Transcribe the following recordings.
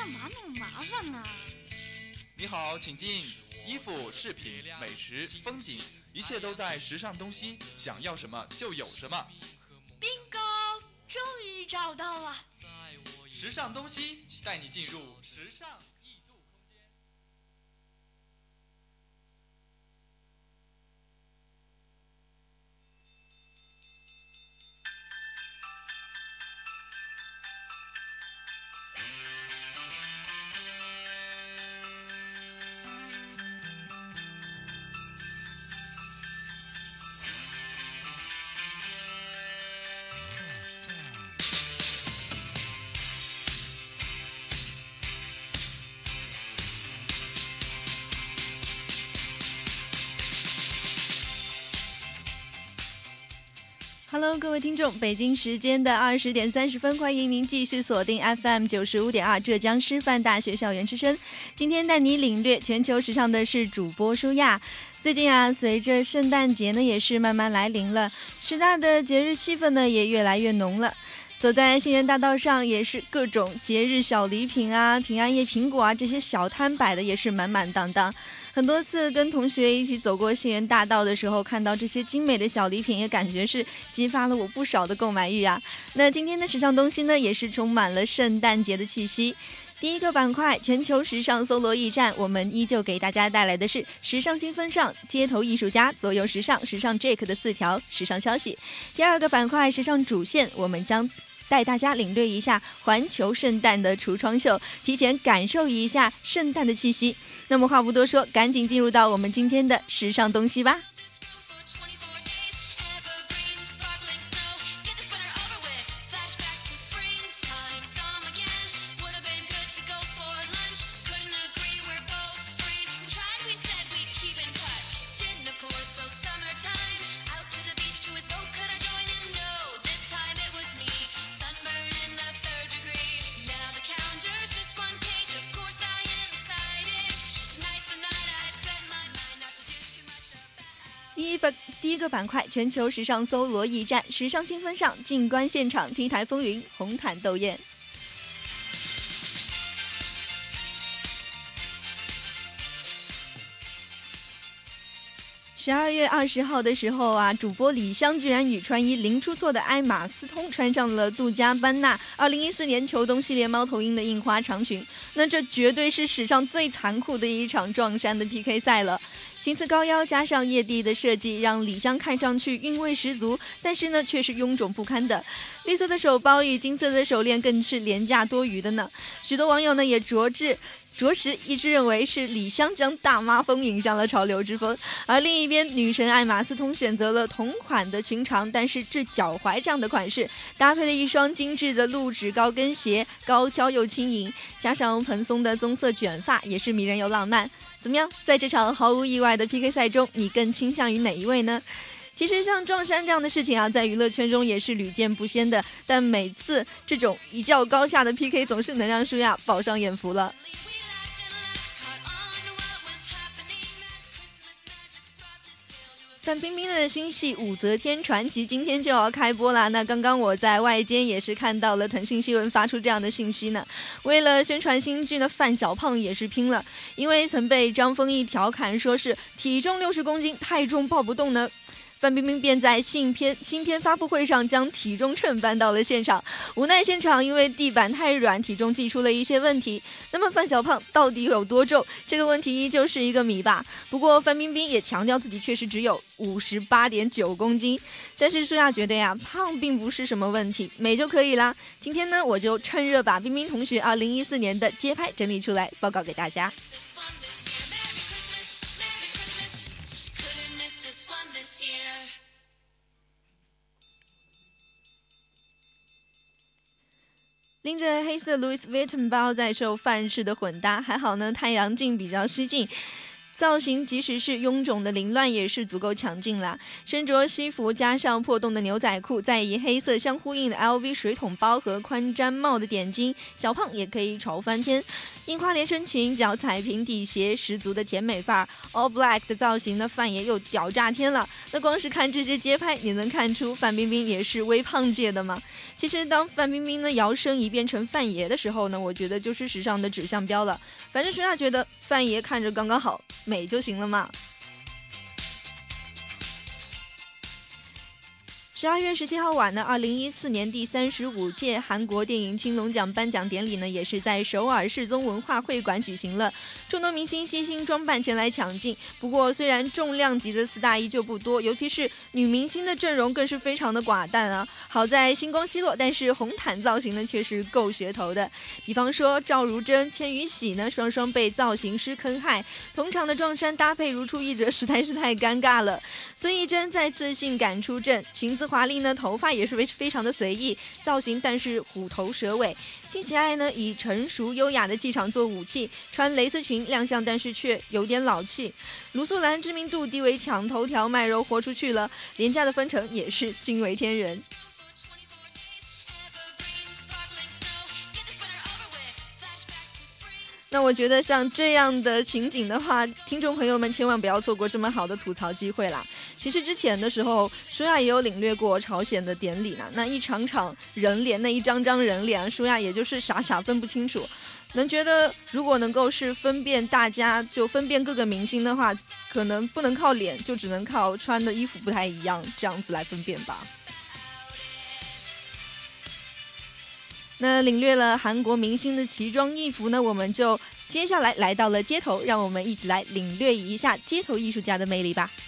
干嘛那么麻烦呢？ 你好，请进。衣服、饰品、美食、风景，一切都在时尚东西，想要什么就有什么。 Bingo， 终于找到了。 时尚东西带你进入时尚异度空间。 Hello， 各位听众，北京时间的20点30分，欢迎您继续锁定 FM 95.2浙江师范大学校园之声。今天带你领略全球时尚的是主播舒亚。最近啊，随着圣诞节呢也是慢慢来临了，十大的节日气氛呢也越来越浓了。走在信源大道上，也是各种节日小礼品啊、平安夜苹果啊这些小摊摆的也是满满当当。很多次跟同学一起走过信源大道的时候，看到这些精美的小礼品，也感觉是激发了我不少的购买欲啊。那今天的时尚东西呢，也是充满了圣诞节的气息。第一个板块全球时尚搜罗驿站，我们依旧给大家带来的是时尚新风尚、街头艺术家、左右时尚、时尚 Jack 的4条时尚消息。第二个板块时尚主线，我们将带大家领略一下环球圣诞的橱窗秀，提前感受一下圣诞的气息。那么话不多说，赶紧进入到我们今天的时尚东西吧。第一个板块全球时尚搜罗驿站，时尚新风尚，静观现场，T台风云，红毯斗艳。12月20号的时候啊，主播李湘居然与穿衣零出错的艾玛斯通穿上了杜嘉班纳2014年秋冬系列猫头鹰的印花长裙，那这绝对是史上最残酷的一场撞衫的 PK 赛了。裙子高腰加上叶地的设计，让李湘看上去韵味十足，但是呢却是臃肿不堪的。绿色的手包与金色的手链更是廉价多余的呢。许多网友呢也着实一致认为是李湘将大妈风引向了潮流之风，而另一边女神艾玛斯通选择了同款的裙长，但是至脚踝这样的款式，搭配了一双精致的露趾高跟鞋，高挑又轻盈，加上蓬松的棕色卷发，也是迷人又浪漫。怎么样，在这场毫无意外的 PK 赛中，你更倾向于哪一位呢？其实像撞衫这样的事情啊，在娱乐圈中也是屡见不鲜的，但每次这种一较高下的 PK 总是能让舒亚饱上眼福了。范冰冰的新戏《武则天传奇》今天就要开播了。那刚刚我在外间也是看到了腾讯新闻发出这样的信息呢。为了宣传新剧呢，范小胖也是拼了，因为曾被张丰毅调侃说是体重60公斤太重抱不动呢。范冰冰便在新片发布会上将体重秤搬到了现场，无奈现场因为地板太软，体重计出了一些问题。那么范小胖到底有多重？这个问题依旧是一个谜吧。不过范冰冰也强调自己确实只有58.9公斤。但是舒亚觉得呀，胖并不是什么问题，美就可以啦。今天呢，我就趁热把冰冰同学2014年的街拍整理出来，报告给大家。拎着黑色 Louis Vuitton 包在受范式的混搭，还好呢，太阳镜比较吸睛，造型即使是臃肿的凌乱也是足够强劲啦。身着西服加上破洞的牛仔裤，再以黑色相呼应的 LV 水桶包和宽毡帽的点睛，小胖也可以潮翻天。 樱花连身裙，脚踩平底鞋，十足的甜美范儿。All Black 的造型呢，范爷又屌炸天了。那光是看这些街拍，你能看出范冰冰也是微胖界的吗？其实当范冰冰呢摇身一变成范爷的时候呢，我觉得就是时尚的指向标了。反正舒亚觉得范爷看着刚刚好，美就行了嘛。12月17号晚呢，2014年第35届韩国电影金龙奖颁奖典礼呢，也是在首尔世宗文化会馆举行了。众多明星悉心装扮前来抢镜。不过，虽然重量级的四大依旧不多，尤其是女明星的阵容更是非常的寡淡啊。好在星光稀落，但是红毯造型呢却是够噱头的。比方说赵如珍、千羽喜呢，双双被造型师坑害，同场的撞衫搭配如出一辙，实在是太尴尬了。孙艺珍再次性感出阵，裙子华丽呢，头发也是非常的随意，造型但是虎头蛇尾。金喜爱呢以成熟优雅的气场做武器，穿蕾丝裙亮相，但是却有点老气。卢素兰知名度低为抢头条卖肉豁出去了，廉价的分成也是惊为天人。那我觉得像这样的情景的话，听众朋友们千万不要错过这么好的吐槽机会啦。其实之前的时候，舒亚也有领略过朝鲜的典礼呢。那一场场人脸，那一张张人脸，舒亚也就是傻分不清楚。能觉得如果能够是分辨大家，就分辨各个明星的话，可能不能靠脸，就只能靠穿的衣服不太一样，这样子来分辨吧。那领略了韩国明星的奇装异服呢，我们就接下来来到了街头，让我们一起来领略一下街头艺术家的魅力吧。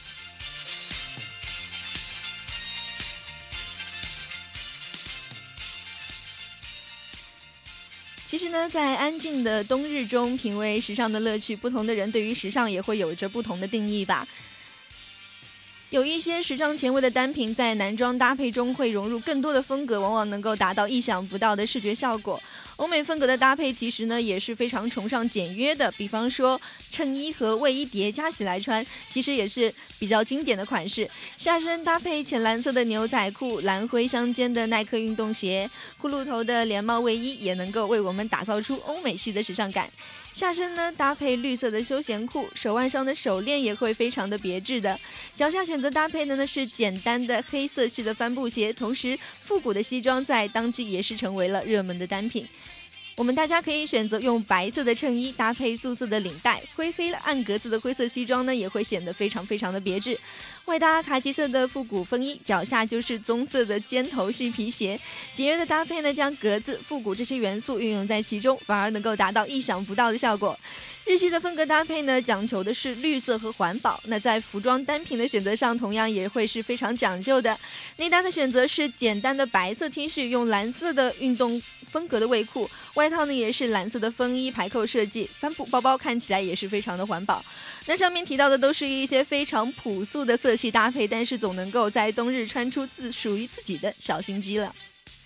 其实呢，在安静的冬日中品味时尚的乐趣，不同的人对于时尚也会有着不同的定义吧。有一些时尚前卫的单品在男装搭配中会融入更多的风格，往往能够达到意想不到的视觉效果。欧美风格的搭配其实呢也是非常崇尚简约的，比方说衬衣和卫衣叠加起来穿，其实也是比较经典的款式。下身搭配浅蓝色的牛仔裤，蓝灰相间的耐克运动鞋，骷髅头的连帽卫衣也能够为我们打造出欧美系的时尚感。下身呢搭配绿色的休闲裤，手腕上的手链也会非常的别致的。脚下选择搭配的呢是简单的黑色系的帆布鞋，同时复古的西装在当季也是成为了热门的单品。我们大家可以选择用白色的衬衣搭配素色的领带，灰黑暗格子的灰色西装呢也会显得非常的别致。外搭卡其色的复古风衣，脚下就是棕色的尖头细皮鞋，节约的搭配呢将格子、复古这些元素运用在其中，反而能够达到意想不到的效果。日系的风格搭配呢，讲求的是绿色和环保。那在服装单品的选择上，同样也会是非常讲究的。内搭的选择是简单的白色 T 恤，用蓝色的运动风格的卫裤，外套呢也是蓝色的风衣排扣设计，帆布包包看起来也是非常的环保。那上面提到的都是一些非常朴素的色系搭配，但是总能够在冬日穿出属于自己的小心机了。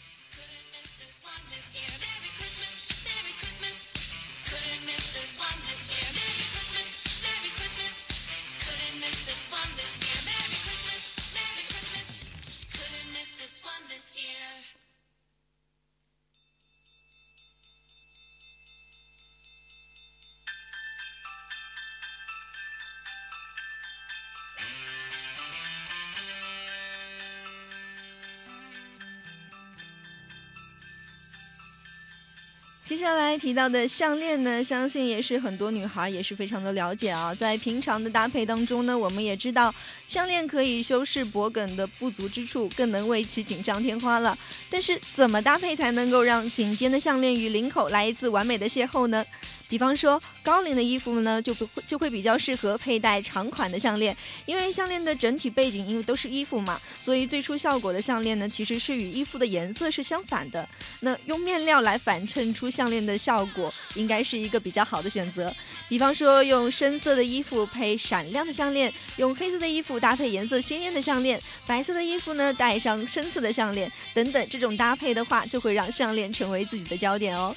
接下来提到的项链呢，相信也是很多女孩也是非常的了解啊。在平常的搭配当中呢，我们也知道项链可以修饰脖梗的不足之处，更能为其锦上添花了。但是怎么搭配才能够让颈间的项链与领口来一次完美的邂逅呢？比方说高领的衣服呢就会比较适合佩戴长款的项链，因为项链的整体背景因为都是衣服嘛，所以最出效果的项链呢其实是与衣服的颜色是相反的。那用面料来反衬出项链的效果应该是一个比较好的选择。比方说用深色的衣服配闪亮的项链，用黑色的衣服搭配颜色鲜艳的项链，白色的衣服呢戴上深色的项链等等，这种搭配的话就会让项链成为自己的焦点哦。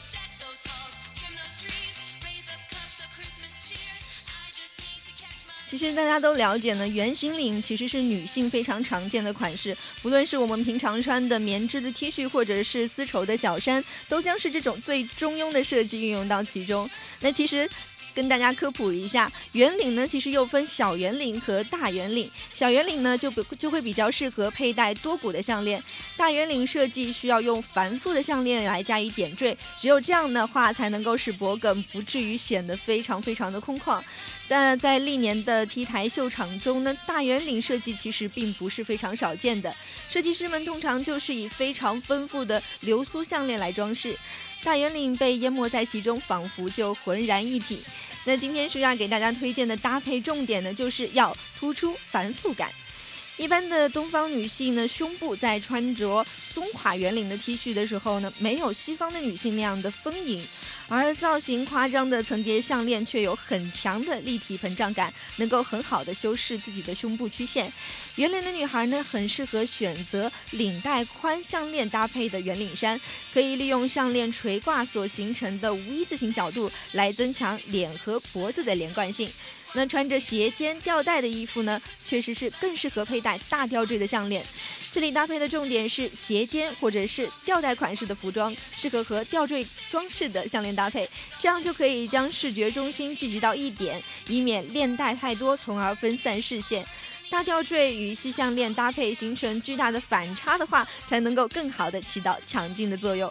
其其实大家都了解呢，圆形领其实是女性非常常见的款式，不论是我们平常穿的棉质的 T 恤，或者是丝绸的小衫，都将是这种最中庸的设计运用到其中。那其实跟大家科普一下，圆领呢其实又分小圆领和大圆领。小圆领呢就会比较适合佩戴多股的项链，大圆领设计需要用繁复的项链来加以点缀，只有这样的话才能够使脖梗不至于显得非常非常的空旷。但在历年的 T 台秀场中呢，大圆领设计其实并不是非常少见的，设计师们通常就是以非常丰富的流苏项链来装饰，大圆领被淹没在其中，仿佛就浑然一体。那今天舒亚给大家推荐的搭配重点呢，就是要突出繁复感。一般的东方女性呢，胸部在穿着松垮圆领的 T 恤的时候呢，没有西方的女性那样的丰盈，而造型夸张的层叠项链却有很强的立体膨胀感，能够很好的修饰自己的胸部曲线。圆领的女孩呢，很适合选择领带宽项链搭配的圆领衫，可以利用项链垂挂所形成的无一字形角度来增强脸和脖子的连贯性。那穿着斜肩吊带的衣服呢，确实是更适合佩戴大吊坠的项链。这里搭配的重点是斜肩或者是吊带款式的服装，适合和吊坠装饰的项链搭配，这样就可以将视觉中心聚集到一点，以免链带太多，从而分散视线。大吊坠与细项链搭配形成巨大的反差的话，才能够更好的起到抢镜的作用。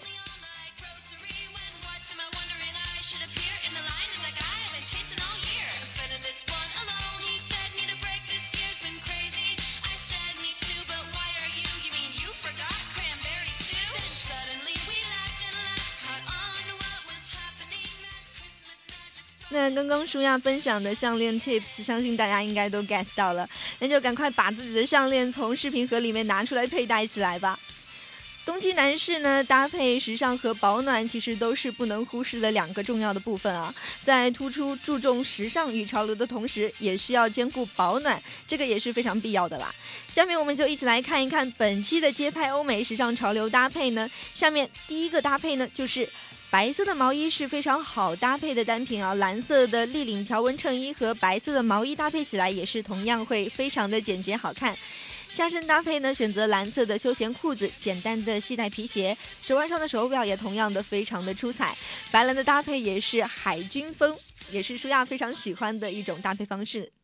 那刚刚舒亚分享的项链 tips， 相信大家应该都 get 到了，那就赶快把自己的项链从视频盒里面拿出来佩戴起来吧。冬季男士呢，搭配时尚和保暖其实都是不能忽视的两个重要的部分啊。在突出注重时尚与潮流的同时，也需要兼顾保暖，这个也是非常必要的啦。下面我们就一起来看一看本期的街拍欧美时尚潮流搭配呢。下面第一个搭配呢，就是白色的毛衣是非常好搭配的单品啊，蓝色的立领条纹衬衣和白色的毛衣搭配起来也是同样会非常的简洁好看。下身搭配呢，选择蓝色的休闲裤子，简单的系带皮鞋，手腕上的手表也同样的非常的出彩。白蓝的搭配也是海军风，也是舒亚非常喜欢的一种搭配方式。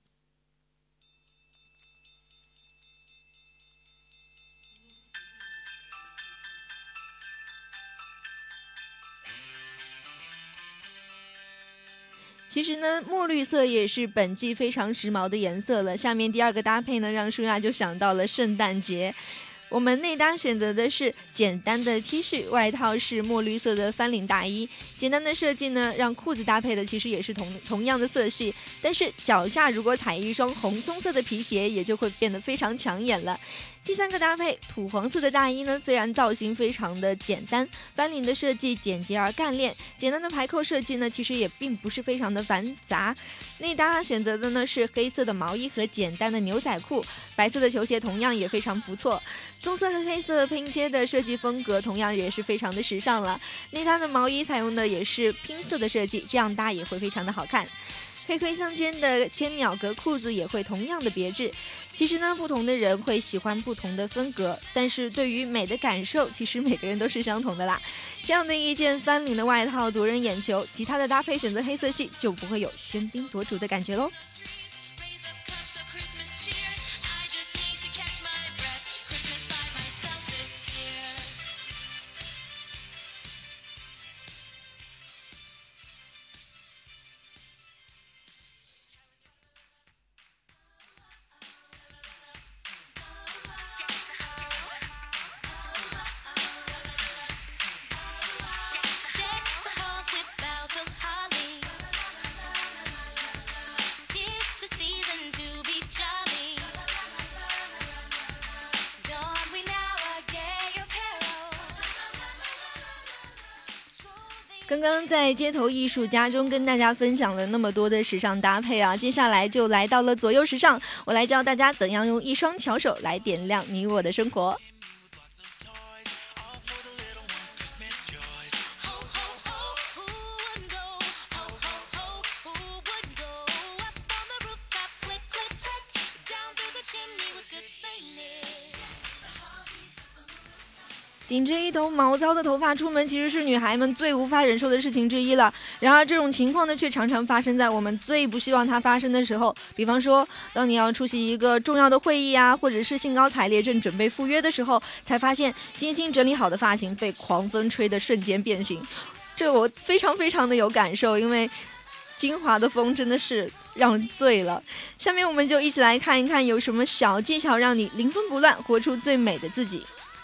其实呢，墨绿色也是本季非常时髦的颜色了。下面第二个搭配呢，让舒亚就想到了圣诞节。我们内搭选择的是简单的 T 恤，外套是墨绿色的翻领大衣。简单的设计呢，让裤子搭配的其实也是同样的色系，但是脚下如果踩一双红棕色的皮鞋，也就会变得非常抢眼了。第三个搭配，土黄色的大衣呢，虽然造型非常的简单，翻领的设计简洁而干练，简单的排扣设计呢，其实也并不是非常的繁杂。内搭选择的呢是黑色的毛衣和简单的牛仔裤，白色的球鞋同样也非常不错。棕色和黑色拼接的设计风格同样也是非常的时尚了。内搭的毛衣采用的也是拼色的设计，这样搭也会非常的好看。黑灰相间的千鸟格裤子也会同样的别致。其实呢，不同的人会喜欢不同的风格，但是对于美的感受，其实每个人都是相同的啦。这样的一件翻领的外套夺人眼球，其他的搭配选择黑色系就不会有喧宾夺主的感觉咯。刚刚在街头艺术家中跟大家分享了那么多的时尚搭配啊，接下来就来到了左右时尚，我来教大家怎样用一双巧手来点亮你我的生活。 顶着一头毛糙的头发出门，其实是女孩们最无法忍受的事情之一了。然而这种情况呢，却常常发生在我们最不希望它发生的时候。比方说，当你要出席一个重要的会议啊，或者是兴高采烈正准备赴约的时候，才发现精心整理好的发型被狂风吹得瞬间变形。这我非常非常的有感受，因为金华的风真的是让人醉了。下面我们就一起来看一看有什么小技巧让你零分不乱，活出最美的自己。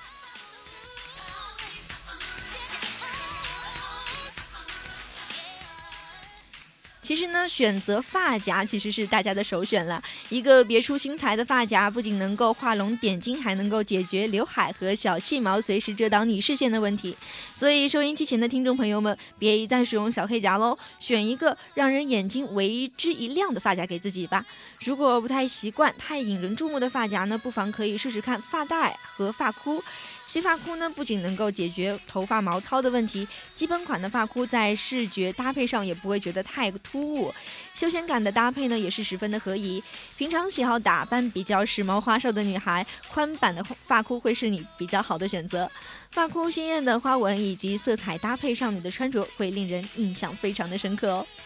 其实呢，选择发夹其实是大家的首选了。一个别出心裁的发夹，不仅能够画龙点睛，还能够解决刘海和小细毛随时遮挡你视线的问题。所以收音机前的听众朋友们，别一再使用小黑夹喽，选一个让人眼睛为之一亮的发夹给自己吧。如果不太习惯太引人注目的发夹呢，不妨可以试试看发带和发箍。洗发箍呢，不仅能够解决头发毛糙的问题，基本款的发箍在视觉搭配上也不会觉得太突兀，休闲感的搭配呢也是十分的合宜。平常喜好打扮比较时髦花哨的女孩，宽版的发箍会是你比较好的选择。发箍鲜艳的花纹以及色彩搭配上你的穿着，会令人印象非常的深刻哦。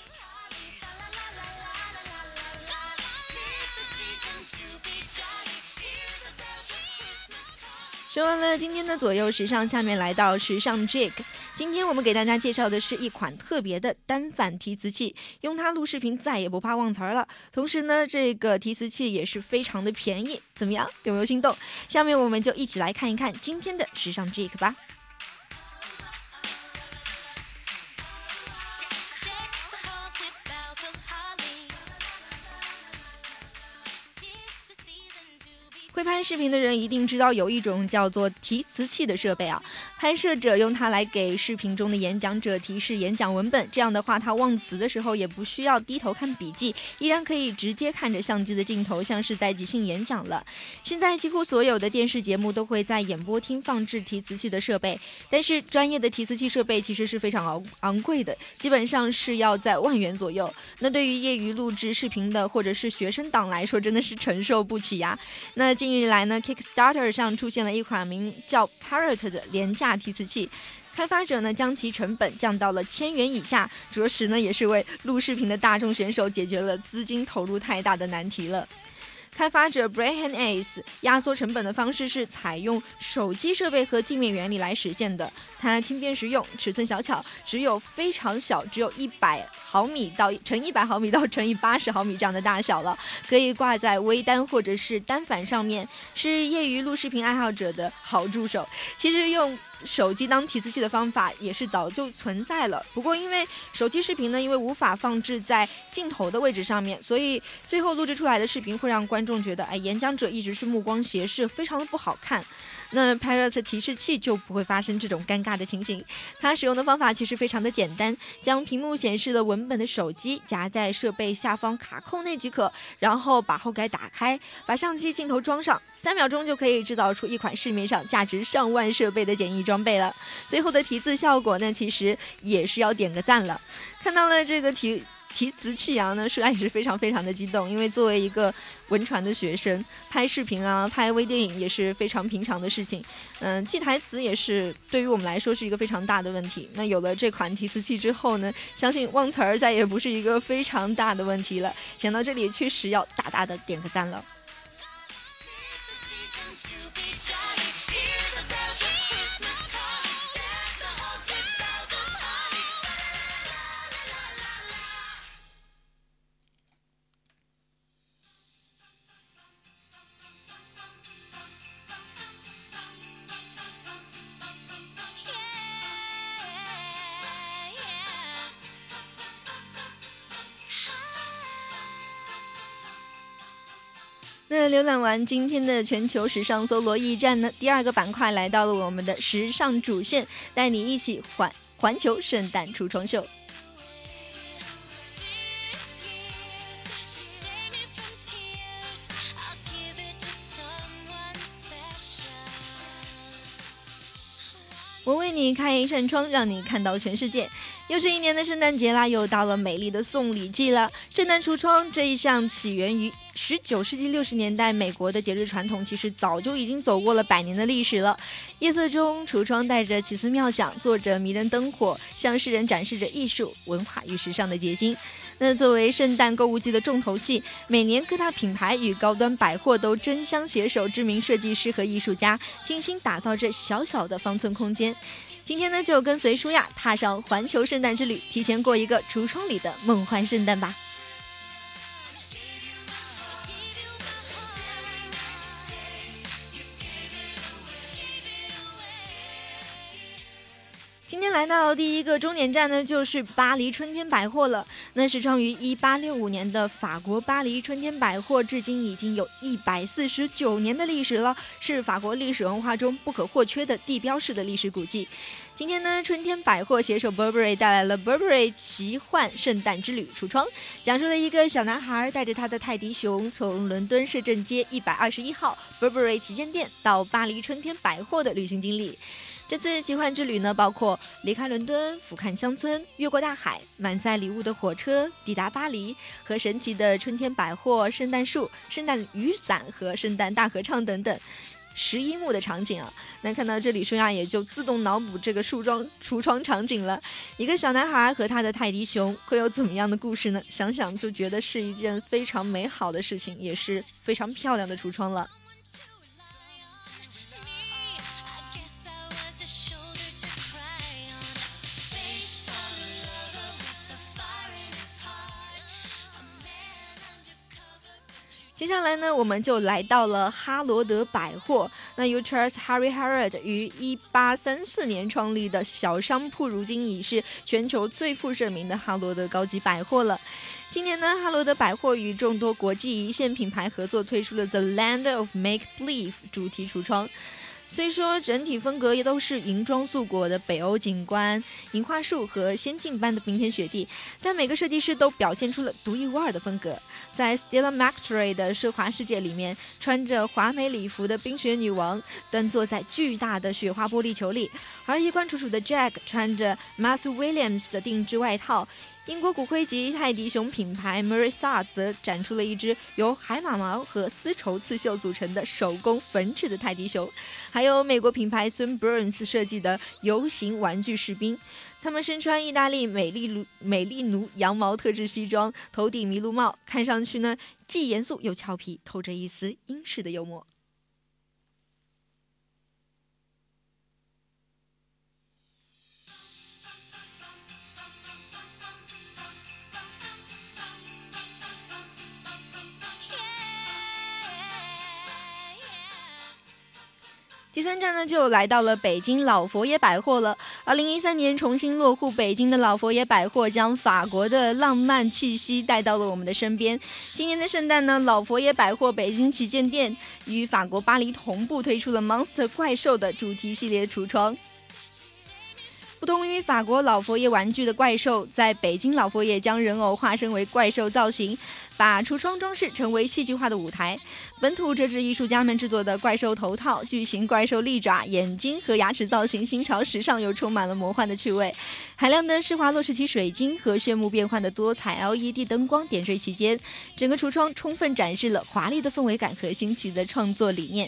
说完了今天的左右时尚，下面来到时尚 Jig。 今天我们给大家介绍的是一款特别的单反提词器，用它录视频再也不怕忘词了。同时呢，这个提词器也是非常的便宜，怎么样，有没有心动？下面我们就一起来看一看今天的时尚 Jig 吧。会拍视频的人一定知道有一种叫做提词器的设备啊，拍摄者用它来给视频中的演讲者提示演讲文本，这样的话他忘词的时候也不需要低头看笔记，依然可以直接看着相机的镜头，像是在即兴演讲了。现在几乎所有的电视节目都会在演播厅放置提词器的设备，但是专业的提词器设备其实是非常昂贵的，基本上是要在1万元左右。那对于业余录制视频的或者是学生党来说，真的是承受不起呀。那近日来呢 Kickstarter 上出现了一款名叫 Parrot 的廉价提词器，开发者呢将其成本降到了1000元以下，着实呢也是为录视频的大众选手解决了资金投入太大的难题了。开发者 Brian Ace 压缩成本的方式是采用手机设备和镜面原理来实现的，它轻便实用，尺寸小巧，只有非常小，只有100毫米到乘100毫米到乘以80毫米这样的大小了，可以挂在微单或者是单反上面，是业余录视频爱好者的好助手。其实用手机当提词器的方法也是早就存在了，不过因为手机视频呢，因为无法放置在镜头的位置上面，所以最后录制出来的视频会让观众觉得，演讲者一直是目光斜视，非常的不好看。那 Parrot 提示器就不会发生这种尴尬的情形，它使用的方法其实非常的简单，将屏幕显示了文本的手机夹在设备下方卡扣内即可，然后把后盖打开，把相机镜头装上，3秒钟就可以制造出一款市面上价值上万设备的简易装备了。最后的提字效果呢，其实也是要点个赞了。看到了这个提词器啊，呢，舒雅也是非常非常的激动，因为作为一个文传的学生，拍视频啊、拍微电影也是非常平常的事情。记台词也是对于我们来说是一个非常大的问题。那有了这款提词器之后呢，相信忘词儿再也不是一个非常大的问题了。想到这里，确实要大大的点个赞了。那浏览完今天的全球时尚搜罗驿站呢，第2个板块来到了我们的时尚主线，带你一起环球圣诞橱窗秀。我为你开一扇窗，让你看到全世界。 又是一年的圣诞节啦，又到了美丽的送礼季了。圣诞橱窗这一项起源于19世纪60年代美国的节日传统，其实早就已经走过了100年的历史了。夜色中，橱窗带着奇思妙想，做着迷人灯火，向世人展示着艺术、文化与时尚的结晶。那作为圣诞购物季的重头戏，每年各大品牌与高端百货都争相携手知名设计师和艺术家，精心打造这小小的方寸空间。今天呢，就跟随舒亚踏上环球圣诞之旅，提前过一个橱窗里的梦幻圣诞吧。今天来到第一个终点站呢，就是巴黎春天百货了。那始创于1865年的法国巴黎春天百货，至今已经有149年的历史了，是法国历史文化中不可或缺的地标式的历史古迹。今天呢，春天百货携手 Burberry 带来了 Burberry 奇幻圣诞之旅橱窗，讲述了一个小男孩带着他的泰迪熊，从伦敦摄政街121号 Burberry 旗舰店到巴黎春天百货的旅行经历。这次奇幻之旅呢，包括离开伦敦、俯瞰乡村、越过大海、满载礼物的火车、抵达巴黎和神奇的春天百货、圣诞树、圣诞雨伞和圣诞大合唱等等11幕的场景啊。那看到这里，舒亚也就自动脑补这个橱窗场景了。一个小男孩和他的泰迪熊会有怎么样的故事呢？想想就觉得是一件非常美好的事情，也是非常漂亮的橱窗了。接下来呢，我们就来到了哈罗德百货。那由 Charles Harry Harrod 于1834年创立的小商铺，如今已是全球最负盛名的哈罗德高级百货了。今年呢，哈罗德百货与众多国际一线品牌合作推出了 The Land of Make Believe 主题橱窗。虽说整体风格也都是银装素裹的北欧景观、银花树和仙境般的冰天雪地，但每个设计师都表现出了独一无二的风格。在 Stella McCartney 的奢华世界里面，穿着华美礼服的冰雪女王端坐在巨大的雪花玻璃球里，而衣冠楚楚的 Jack 穿着 Matthew Williams 的定制外套。英国骨灰级泰迪熊品牌 Marissa 则展出了一只由海马毛和丝绸刺绣组成的手工缝制的泰迪熊，还有美国品牌 Swim Burns 设计的游行玩具士兵。他们身穿意大利美丽奴羊毛特制西装，头顶麋鹿帽，看上去呢既严肃又俏皮，透着一丝英式的幽默。第3站呢，就来到了北京老佛爷百货了。2013年重新落户北京的老佛爷百货，将法国的浪漫气息带到了我们的身边。今年的圣诞呢，老佛爷百货北京旗舰店与法国巴黎同步推出了 Monster 怪兽的主题系列橱窗。不同于法国老佛爷玩具的怪兽，在北京老佛爷将人偶化身为怪兽造型，把橱窗装饰成为戏剧化的舞台。本土折纸艺术家们制作的怪兽头套、巨型怪兽利爪、眼睛和牙齿造型新潮时尚又充满了魔幻的趣味。海量的施华洛世奇水晶和炫目变幻的多彩 LED 灯光点缀其间，整个橱窗充分展示了华丽的氛围感和新奇的创作理念。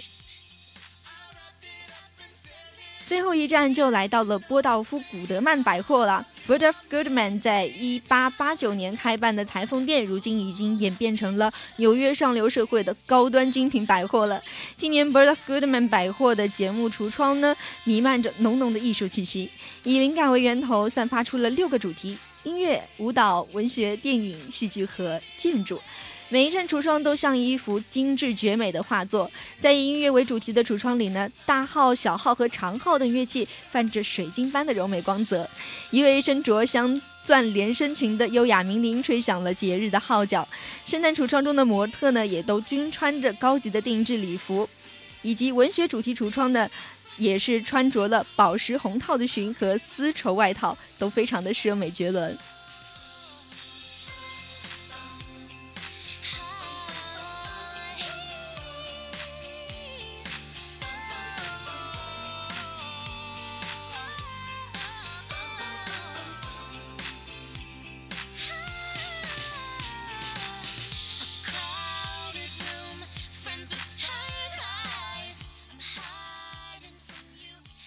最后一站就来到了波道夫古德曼百货了。Bergdorf Goodman 在1889年开办的裁缝店，如今已经演变成了纽约上流社会的高端精品百货了。今年 Bergdorf Goodman 百货的节目橱窗呢，弥漫着浓浓的艺术气息，以灵感为源头，散发出了6个主题：音乐、舞蹈、文学、电影、戏剧和建筑。每一扇橱窗都像一幅精致绝美的画作。在以音乐为主题的橱窗里呢，大号、小号和长号等乐器泛着水晶般的柔美光泽。一位身着镶钻连身裙的优雅名伶吹响了节日的号角。圣诞橱窗中的模特呢，也都均穿着高级的定制礼服，以及文学主题橱窗呢，也是穿着了宝石红套的裙和丝绸外套，都非常的奢美绝伦。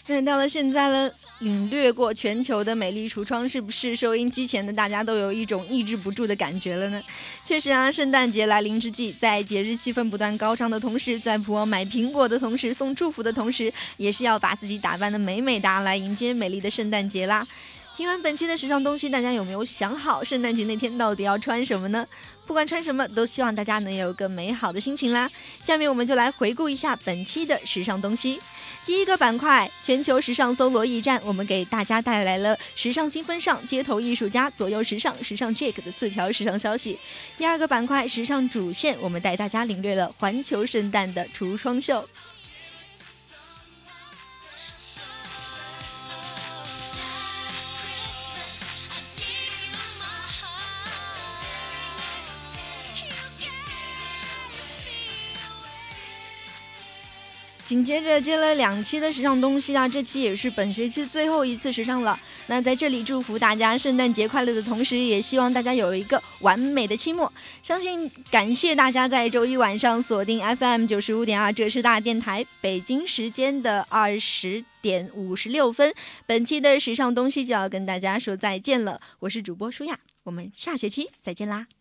那到了现在了，领略过全球的美丽橱窗，是不是收音机前的大家都有一种抑制不住的感觉了呢？确实啊，圣诞节来临之际，在节日气氛不断高涨的同时，在普网买苹果的同时，送祝福的同时，也是要把自己打扮得美美哒，来迎接美丽的圣诞节啦。听完本期的时尚东西，大家有没有想好圣诞节那天到底要穿什么呢？不管穿什么，都希望大家能有个美好的心情啦。下面我们就来回顾一下本期的时尚东西。第一个板块，全球时尚搜罗驿站，我们给大家带来了时尚新风尚、街头艺术家、左右时尚、时尚 Jack 的4条时尚消息。第二个板块，时尚主线，我们带大家领略了环球圣诞的橱窗秀。紧接着接了2期的时尚东西啊，这期也是本学期最后一次时尚了。那在这里祝福大家圣诞节快乐的同时，也希望大家有一个完美的期末。相信感谢大家在周一晚上锁定 FM 95.2浙师大电台，北京时间的20点56分，本期的时尚东西就要跟大家说再见了。我是主播舒雅，我们下学期再见啦。